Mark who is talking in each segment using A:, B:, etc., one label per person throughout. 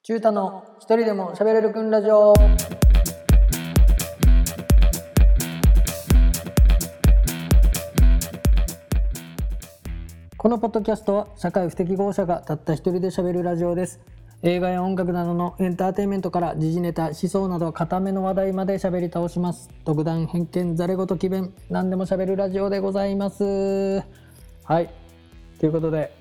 A: 中太の一人でも喋れるくんラジオ。このポッドキャストは社会不適合者がたった一人で喋るラジオです。映画や音楽などのエンターテインメントから時事ネタ、思想など固めの話題まで喋り倒します。独断偏見ざれ言詭弁、何でも喋るラジオでございます。はい、ということで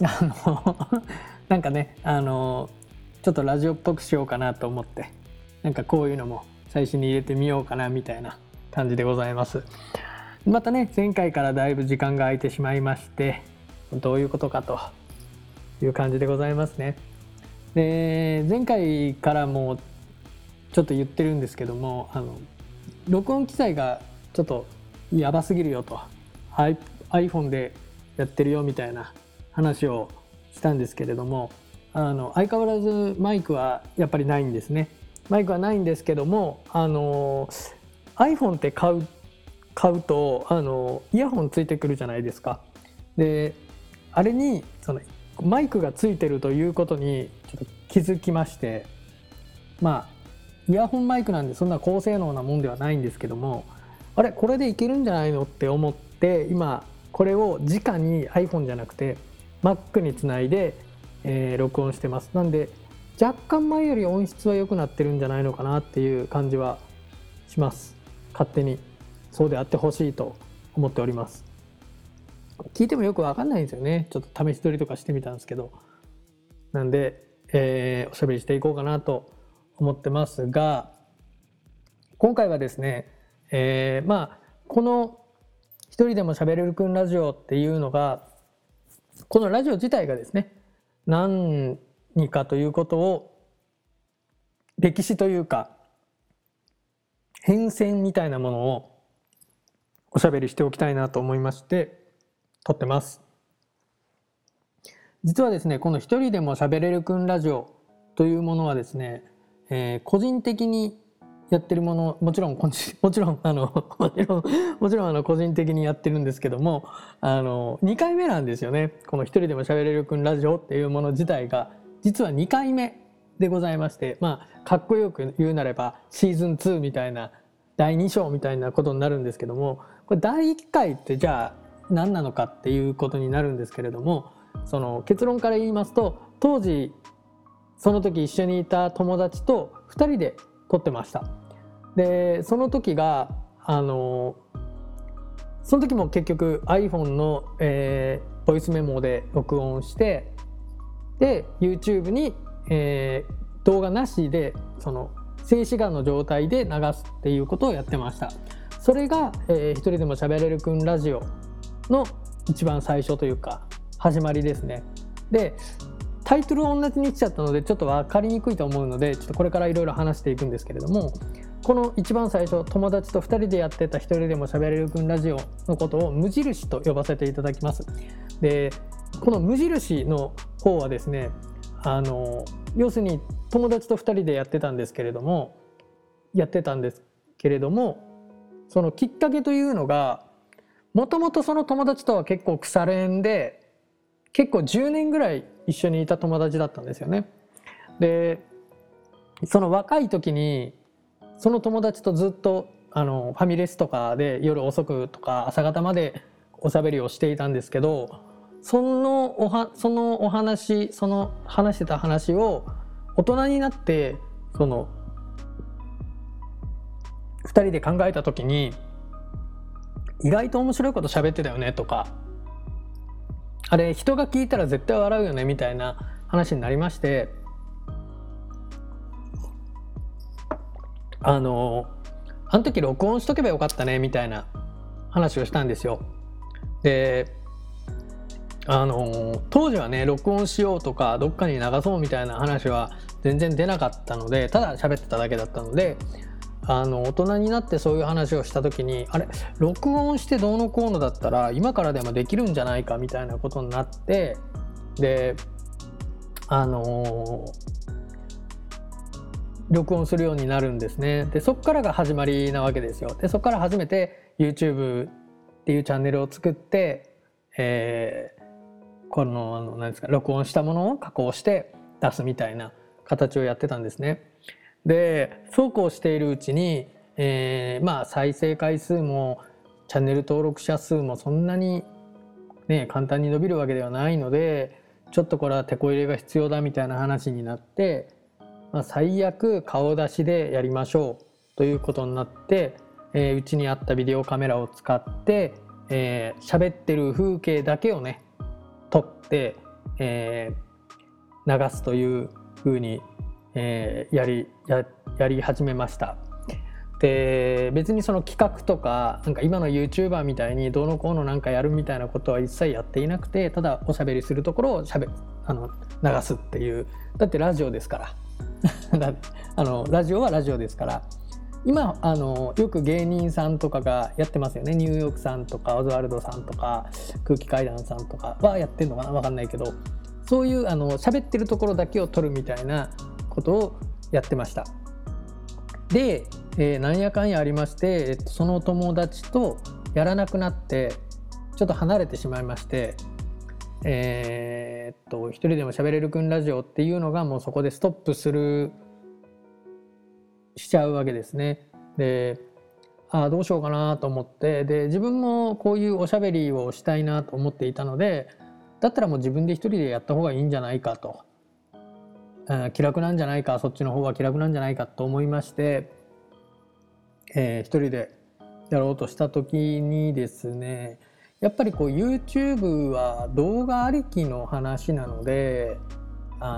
A: なんかねちょっとラジオっぽくしようかなと思って、なんかこういうのも最初に入れてみようかなみたいな感じでございます。またね、前回からだいぶ時間が空いてしまいまして、どういうことかという感じでございますね。で、前回からもちょっと言ってるんですけども、録音機材がちょっとやばすぎるよと、iPhone でやってるよみたいな話をしたんですけれども、相変わらずマイクはやっぱりないんですね。マイクはないんですけども、iPhone って買うとイヤホンついてくるじゃないですか。で、あれにそのマイクがついてるということにちょっと気づきまして、イヤホンマイクなんでそんな高性能なもんではないんですけども、あれこれでいけるんじゃないのって思って、今これを直に iPhone じゃなくて Mac につないで、録音してます。なんで若干前より音質は良くなってるんじゃないのかなっていう感じはします。勝手にそうであってほしいと思っております。聞いてもよく分かんないんですよね。ちょっと試し撮りとかしてみたんですけど、なんで、おしゃべりしていこうかなと思ってますが、今回はですね、この一人でも喋れるくんラジオっていうのが、このラジオ自体がですね、何かということを歴史というか変遷みたいなものをおしゃべりしておきたいなと思いまして撮ってます。実はですね、この一人でも喋れるくんラジオというものはですね、個人的にやってるもの、もちろん個人的にやってるんですけども、2回目なんですよね。この一人でも喋れるくんラジオっていうもの自体が実は2回目でございまして、かっこよく言うなればシーズン2みたいな、第2章みたいなことになるんですけども、これ第1回ってじゃあ何なのかっていうことになるんですけれども、その結論から言いますと、当時その時一緒にいた友達と2人で撮ってました。で、その時がその時も結局 iPhone の、ボイスメモで録音して、で YouTube に、動画なしでその静止画の状態で流すっていうことをやってました。それが、一人でも喋れるくんラジオの一番最初というか始まりですね。で、タイトルを同じにしちゃったのでちょっと分かりにくいと思うので、ちょっとこれからいろいろ話していくんですけれども、この一番最初、友達と2人でやってた一人でも喋れるくんラジオのことを無印と呼ばせていただきます。で、この無印の方はですね、要するに友達と2人でやってたんですけれども、そのきっかけというのが、もともとその友達とは結構腐れ縁で、結構10年ぐらい一緒にいた友達だったんですよね。で、その若い時にその友達とずっとファミレスとかで夜遅くとか朝方までおしゃべりをしていたんですけど、その話してた話を大人になってその2人で考えた時に、意外と面白いこと喋ってたよねとか、あれ人が聞いたら絶対笑うよねみたいな話になりまして、あの時録音しとけばよかったねみたいな話をしたんですよ。で、当時はね、録音しようとかどっかに流そうみたいな話は全然出なかったので、ただ喋ってただけだったので、大人になってそういう話をした時に、あれ録音してどうのこうのだったら今からでもできるんじゃないかみたいなことになって、で録音するようになるんですね。で、そこからが始まりなわけですよ。で、そこから初めて YouTube っていうチャンネルを作って、この何ですか、録音したものを加工して出すみたいな形をやってたんですね。でそうこうしているうちに、再生回数もチャンネル登録者数もそんなにね簡単に伸びるわけではないので、ちょっとこれは手こ入れが必要だみたいな話になって、最悪顔出しでやりましょうということになって、うちにあったビデオカメラを使って喋ってる風景だけをね撮って、流すという風に、やり始めました。で別にその企画とか、なんか今の YouTuber みたいにどうのこうのなんかやるみたいなことは一切やっていなくて、ただおしゃべりするところを流すっていう。だってラジオですからラジオはラジオですから。今よく芸人さんとかがやってますよね。ニューヨークさんとかオズワルドさんとか空気階段さんとかはやってんのかな、分かんないけど、そういう喋ってるところだけを撮るみたいなことをやってました。で、なんやかんやありまして、その友達とやらなくなってちょっと離れてしまいまして、一人でも喋れるくんラジオっていうのがもうそこでストップしちゃうわけですね。でどうしようかなと思って、で自分もこういうおしゃべりをしたいなと思っていたので、だったらもう自分で一人でやった方がいいんじゃないかと、気楽なんじゃないか、そっちの方が気楽なんじゃないかと思いまして、一人でやろうとした時にですね、やっぱりこう YouTube は動画ありきの話なので、あ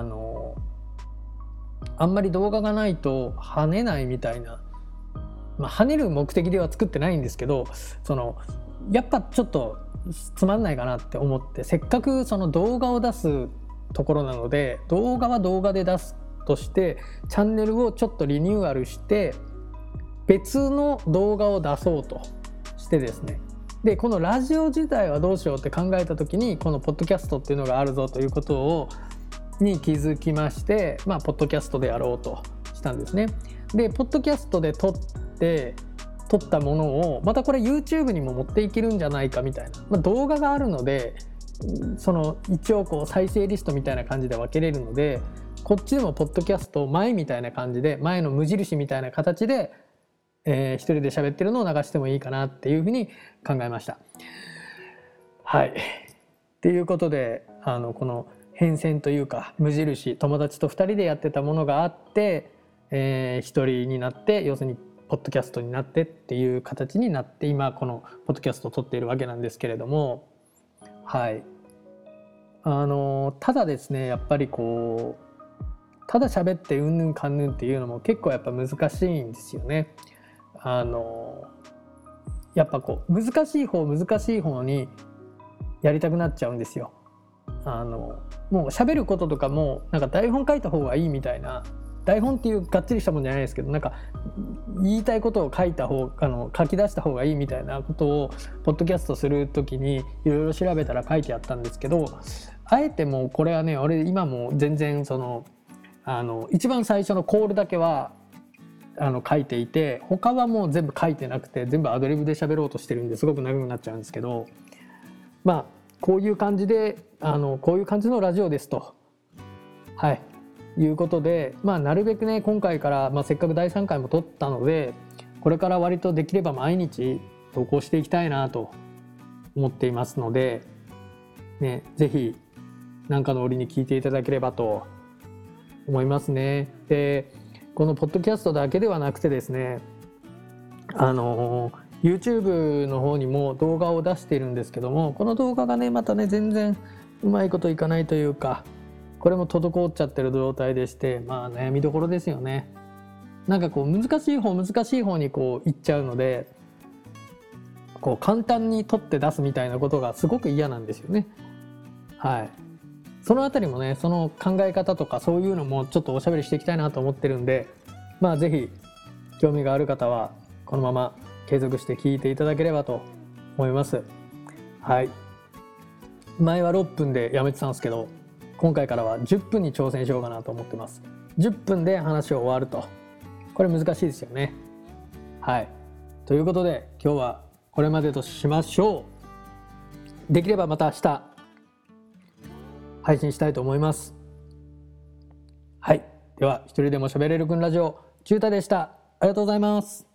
A: んまり動画がないと跳ねないみたいな、跳ねる目的では作ってないんですけど、やっぱちょっとつまんないかなって思って、せっかくその動画を出すところなので、動画は動画で出すとしてチャンネルをちょっとリニューアルして別の動画を出そうとしてですね、でこのラジオ自体はどうしようって考えた時に、このポッドキャストっていうのがあるぞということに気づきまして、ポッドキャストでやろうとしたんですね。でポッドキャストで撮ったものをまたこれ YouTube にも持っていけるんじゃないかみたいな、動画があるので一応こう再生リストみたいな感じで分けれるので、こっちでもポッドキャスト前みたいな感じで、前の無印みたいな形で、一人で喋ってるのを流してもいいかなっていうふうに考えました。はい。っていうことでこの変遷というか、無印友達と2人でやってたものがあって、1人になって、要するにポッドキャストになってっていう形になって、今このポッドキャストを撮っているわけなんですけれども、はい。ただですね、やっぱりこうただ喋ってうんぬんかんぬんっていうのも結構やっぱ難しいんですよね。やっぱこう難しい方にやりたくなっちゃうんですよ。もう喋ることとかもなんか台本書いた方がいいみたいな、台本っていうがっちりしたもんじゃないですけど、なんか言いたいことを書き出した方がいいみたいなことをポッドキャストする時にいろいろ調べたら書いてあったんですけど、あえてもうこれはね、俺今も全然一番最初のコールだけは書いていて、他はもう全部書いてなくて、全部アドリブで喋ろうとしてるんですごく長くなっちゃうんですけど、こういう感じでこういう感じのラジオですと、はいいうことで、なるべくね今回から、せっかく第3回も撮ったので、これから割とできれば毎日投稿していきたいなと思っていますので、ね、ぜひ何かの折に聞いていただければと思いますね。でこのポッドキャストだけではなくてですね、YouTube の方にも動画を出しているんですけども、この動画がねまたね全然うまいこといかないというか、これも滞っちゃってる状態でして、悩みどころですよね。なんかこう難しい方にこういっちゃうので、こう簡単に取って出すみたいなことがすごく嫌なんですよね。はい。そのあたりもね、その考え方とかそういうのもちょっとおしゃべりしていきたいなと思ってるんで、ぜひ興味がある方はこのまま継続して聞いていただければと思います。はい。前は6分でやめてたんですけど、今回からは10分に挑戦しようかなと思ってます。10分で話を終わると、これ難しいですよね。はい。ということで今日はこれまでとしましょう。できればまた明日配信したいと思います。はい。 では一人でも喋れる君ラジオ、ちゅうたでした。ありがとうございます。